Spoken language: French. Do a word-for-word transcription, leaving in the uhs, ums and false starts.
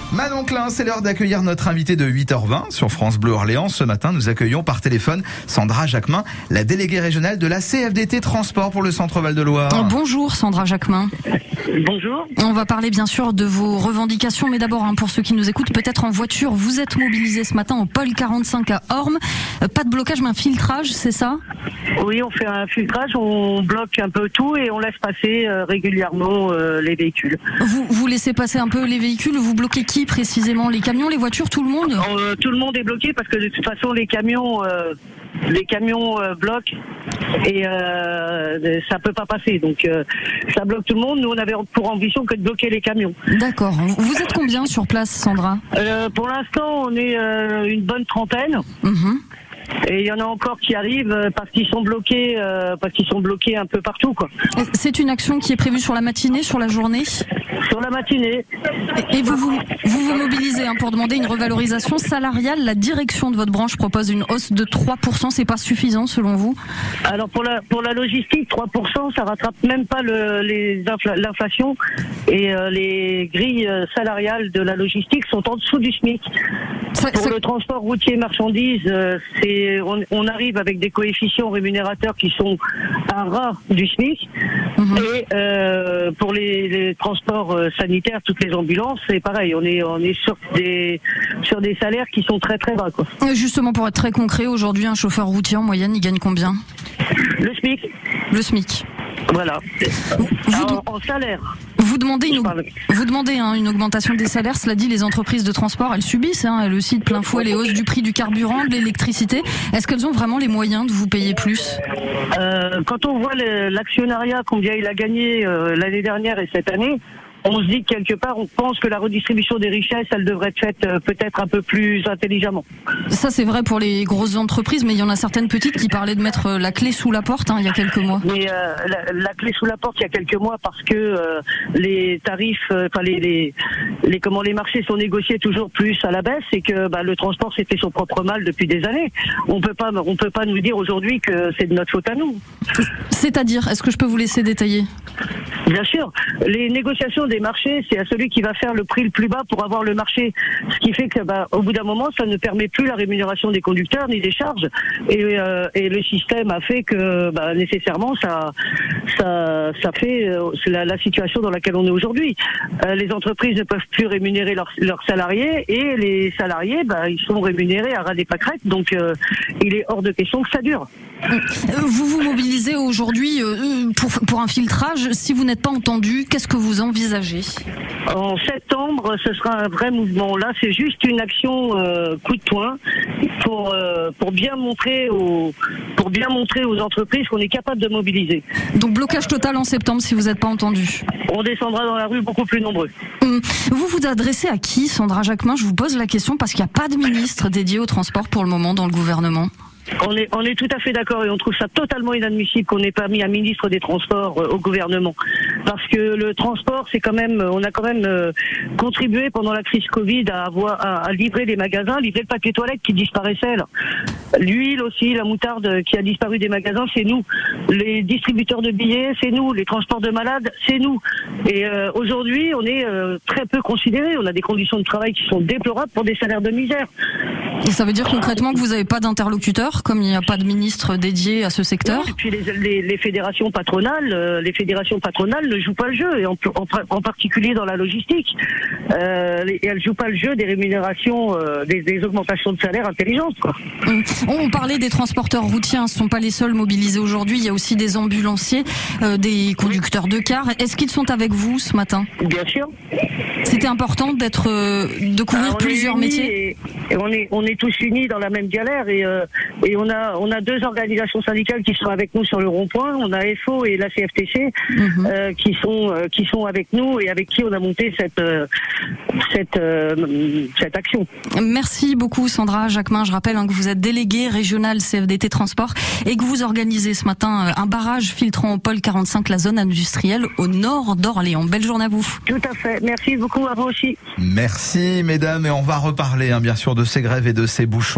Manon Klein, c'est l'heure d'accueillir notre invité de huit heures vingt sur France Bleu Orléans. Ce matin, nous accueillons par téléphone Sandra Jacquemin, la déléguée régionale de la C F D T Transport pour le Centre Val-de-Loire. Bonjour Sandra Jacquemin. Bonjour. On va parler bien sûr de vos revendications, mais d'abord hein, pour ceux qui nous écoutent, peut-être en voiture, vous êtes mobilisés ce matin au pôle quarante-cinq à Ormes. Euh, pas de blocage, mais un filtrage, c'est ça ? Oui, on fait un filtrage, on bloque un peu tout et on laisse passer euh, régulièrement euh, les véhicules. Vous, vous laissez passer un peu les véhicules, vous bloquez qui précisément ? Les camions, les voitures, tout le monde ? euh, Tout le monde est bloqué parce que de toute façon les camions, euh, les camions euh, bloquent et euh, ça peut pas passer. Donc euh, ça bloque tout le monde. Nous on avait pour ambition que de bloquer les camions. D'accord. Vous êtes combien sur place, Sandra ? euh, Pour l'instant on est euh, une bonne trentaine. Mmh. Et il y en a encore qui arrivent parce qu'ils sont bloqués, euh, parce qu'ils sont bloqués un peu partout, quoi. C'est une action qui est prévue sur la matinée, sur la journée ? Sur la matinée. Et vous vous, vous, vous mobilisez hein, pour demander une revalorisation salariale. La direction de votre branche propose une hausse de trois pour cent. C'est pas suffisant selon vous ? Alors pour la pour la logistique, trois pour cent, ça rattrape même pas le, les infla, l'inflation et euh, les grilles salariales de la logistique sont en dessous du SMIC. Ça, pour ça... le transport routier marchandises, euh, c'est on, on arrive avec des coefficients rémunérateurs qui sont un ras du SMIC. Mmh. Et euh, pour les, les transports euh, sanitaires, toutes les ambulances, c'est pareil. On est on est sur des sur des salaires qui sont très très bas, quoi. Justement, pour être très concret, aujourd'hui, un chauffeur routier en moyenne, il gagne combien ? Le SMIC. Le SMIC. Voilà. Vous, Alors, en salaire. Vous demandez, une, vous demandez hein, une augmentation des salaires. Cela dit, les entreprises de transport, elles subissent, hein, elles aussi de plein fouet les hausses du prix du carburant, de l'électricité. Est-ce qu'elles ont vraiment les moyens de vous payer plus ? euh, Quand on voit le, l'actionnariat, combien il a gagné euh, l'année dernière et cette année, on se dit que quelque part, on pense que la redistribution des richesses, elle devrait être faite euh, peut-être un peu plus intelligemment. Ça, c'est vrai pour les grosses entreprises, mais il y en a certaines petites qui parlaient de mettre la clé sous la porte hein, il y a quelques mois. Mais euh, la, la clé sous la porte, il y a quelques mois, parce que euh, les tarifs, enfin euh, les, les, les comment les marchés sont négociés toujours plus à la baisse, et que bah, le transport c'était son propre mal depuis des années. On peut pas, on peut pas nous dire aujourd'hui que c'est de notre faute à nous. C'est-à-dire, est-ce que je peux vous laisser détailler ? Bien sûr, les négociations des marchés, c'est à celui qui va faire le prix le plus bas pour avoir le marché. Ce qui fait que, bah, au bout d'un moment, ça ne permet plus la rémunération des conducteurs ni des charges. Et, euh, et le système a fait que, bah, nécessairement, ça, ça, ça fait euh, c'est la, la situation dans laquelle on est aujourd'hui. Euh, les entreprises ne peuvent plus rémunérer leurs, leurs salariés et les salariés, bah, ils sont rémunérés à ras des pâquerettes. Donc, euh, il est hors de question que ça dure. Vous vous mobilisez aujourd'hui pour, pour un filtrage. Si vous n'êtes pas entendu, qu'est-ce que vous envisagez ? En septembre, ce sera un vrai mouvement. Là, c'est juste une action euh, coup de poing pour euh, pour bien montrer aux pour bien montrer aux entreprises qu'on est capable de mobiliser. Donc blocage total en septembre si vous n'êtes pas entendu. On descendra dans la rue beaucoup plus nombreux. Vous vous adressez à qui, Sandra Jacquemin ? Je vous pose la question parce qu'il n'y a pas de ministre dédié au transport pour le moment dans le gouvernement. On est, on est tout à fait d'accord et on trouve ça totalement inadmissible qu'on n'ait pas mis un ministre des Transports euh, au gouvernement. Parce que le transport, c'est quand même, on a quand même euh, contribué pendant la crise Covid à avoir, à, à livrer les magasins, livrer le papier toilette qui disparaissait là. L'huile aussi, la moutarde qui a disparu des magasins, c'est nous. Les distributeurs de billets, c'est nous. Les transports de malades, c'est nous. Et euh, aujourd'hui, on est euh, très peu considérés. On a des conditions de travail qui sont déplorables pour des salaires de misère. Et ça veut dire concrètement que vous n'avez pas d'interlocuteur, comme il n'y a pas de ministre dédié à ce secteur ? Et puis les, les, les fédérations patronales, euh, les fédérations patronales ne jouent pas le jeu, et en, en, en particulier dans la logistique. Euh, et elles jouent pas le jeu des rémunérations, euh, des, des augmentations de salaire intelligentes, quoi. On parlait des transporteurs routiers, hein, ce ne sont pas les seuls mobilisés aujourd'hui. Il y a aussi des ambulanciers, euh, des conducteurs de cars. Est-ce qu'ils sont avec vous ce matin ? Bien sûr. C'était important d'être, euh, de couvrir Alors, plusieurs métiers. Et, et on est, on est tous unis dans la même galère et, euh, et on a, on a deux organisations syndicales qui sont avec nous sur le rond-point. On a F O et la C F T C mmh. euh, qui sont, euh, qui sont avec nous et avec qui on a monté cette, euh, cette, euh, cette action. Merci beaucoup Sandra Jacquemin. Je rappelle hein, que vous êtes déléguée régionale C F D T Transport et que vous organisez ce matin un barrage filtrant au pôle quarante-cinq, la zone industrielle au nord d'Orléans. Belle journée à vous. Tout à fait. Merci beaucoup à vous aussi. Merci mesdames et on va reparler hein, bien sûr de ces grèves et de ces bouchons.